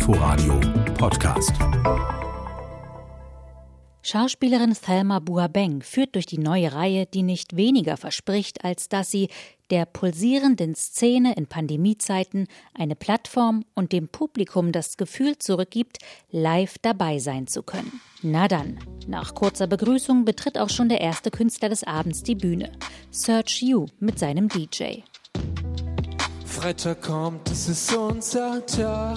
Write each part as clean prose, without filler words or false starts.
Inforadio Podcast. Schauspielerin Thelma Buabeng führt durch die neue Reihe, die nicht weniger verspricht, als dass sie der pulsierenden Szene in Pandemiezeiten eine Plattform und dem Publikum das Gefühl zurückgibt, live dabei sein zu können. Na dann, nach kurzer Begrüßung betritt auch schon der erste Künstler des Abends die Bühne. Serge U mit seinem DJ. Freitag kommt, es ist unser Tag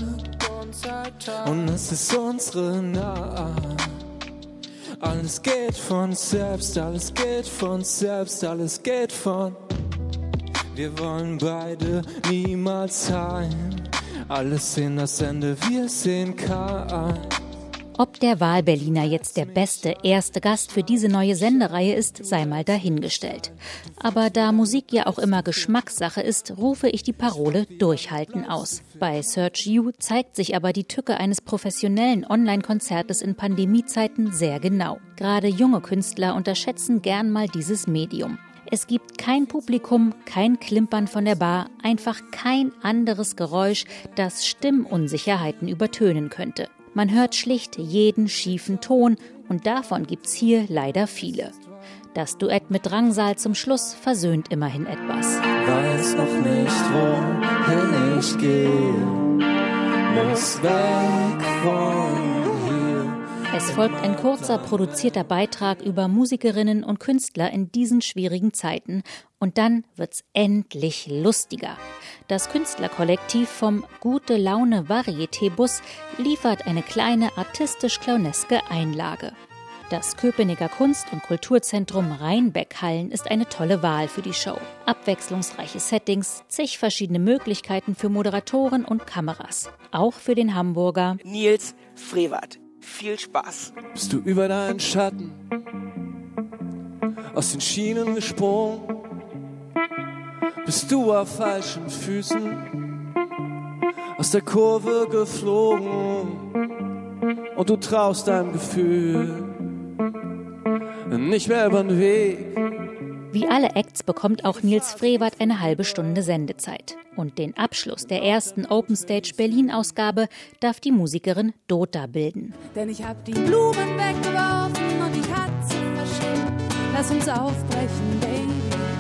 und es ist unsere Nacht. Alles geht von selbst, alles geht von selbst, alles geht von. Wir wollen beide niemals heim. Alles sehen das Ende, wir sehen kein. Ob der Wahlberliner jetzt der beste erste Gast für diese neue Sendereihe ist, sei mal dahingestellt. Aber da Musik ja auch immer Geschmackssache ist, rufe ich die Parole Durchhalten aus. Bei Serge U zeigt sich aber die Tücke eines professionellen Online-Konzertes in Pandemiezeiten sehr genau. Gerade junge Künstler unterschätzen gern mal dieses Medium. Es gibt kein Publikum, kein Klimpern von der Bar, einfach kein anderes Geräusch, das Stimmunsicherheiten übertönen könnte. Man hört schlicht jeden schiefen Ton und davon gibt's hier leider viele. Das Duett mit Drangsal zum Schluss versöhnt immerhin etwas. Weiß noch nicht, wohin ich gehe, muss weg von hier. Es folgt ein kurzer, produzierter Beitrag über Musikerinnen und Künstler in diesen schwierigen Zeiten. Und dann wird's endlich lustiger. Das Künstlerkollektiv vom Gute-Laune-Varieté-Bus liefert eine kleine artistisch-clowneske Einlage. Das Köpenicker Kunst- und Kulturzentrum Rheinbeck-Hallen ist eine tolle Wahl für die Show. Abwechslungsreiche Settings, zig verschiedene Möglichkeiten für Moderatoren und Kameras. Auch für den Hamburger Nils Frevert. Viel Spaß. Bist du über deinen Schatten aus den Schienen gesprungen? Bist du auf falschen Füßen aus der Kurve geflogen? Und du traust deinem Gefühl nicht mehr über den Weg. Wie alle Acts bekommt auch Nils Frevert eine halbe Stunde Sendezeit. Und den Abschluss der ersten Open Stage Berlin-Ausgabe darf die Musikerin Dota bilden. Denn ich hab die Blumen weggeworfen und ich hatte sie verschenkt. Lass uns aufbrechen, Baby.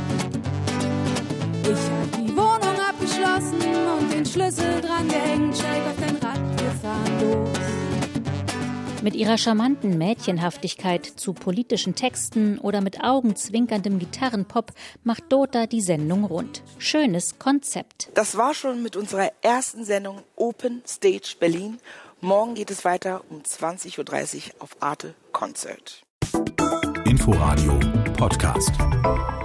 Ich hab die Wohnung abgeschlossen und den Schlüssel dran gehängt. Steig auf dein Rad, wir fahren los. Mit ihrer charmanten Mädchenhaftigkeit zu politischen Texten oder mit augenzwinkerndem Gitarrenpop macht Dota die Sendung rund. Schönes Konzept. Das war schon mit unserer ersten Sendung Open Stage Berlin. Morgen geht es weiter um 20.30 Uhr auf Arte Concert. Inforadio Podcast.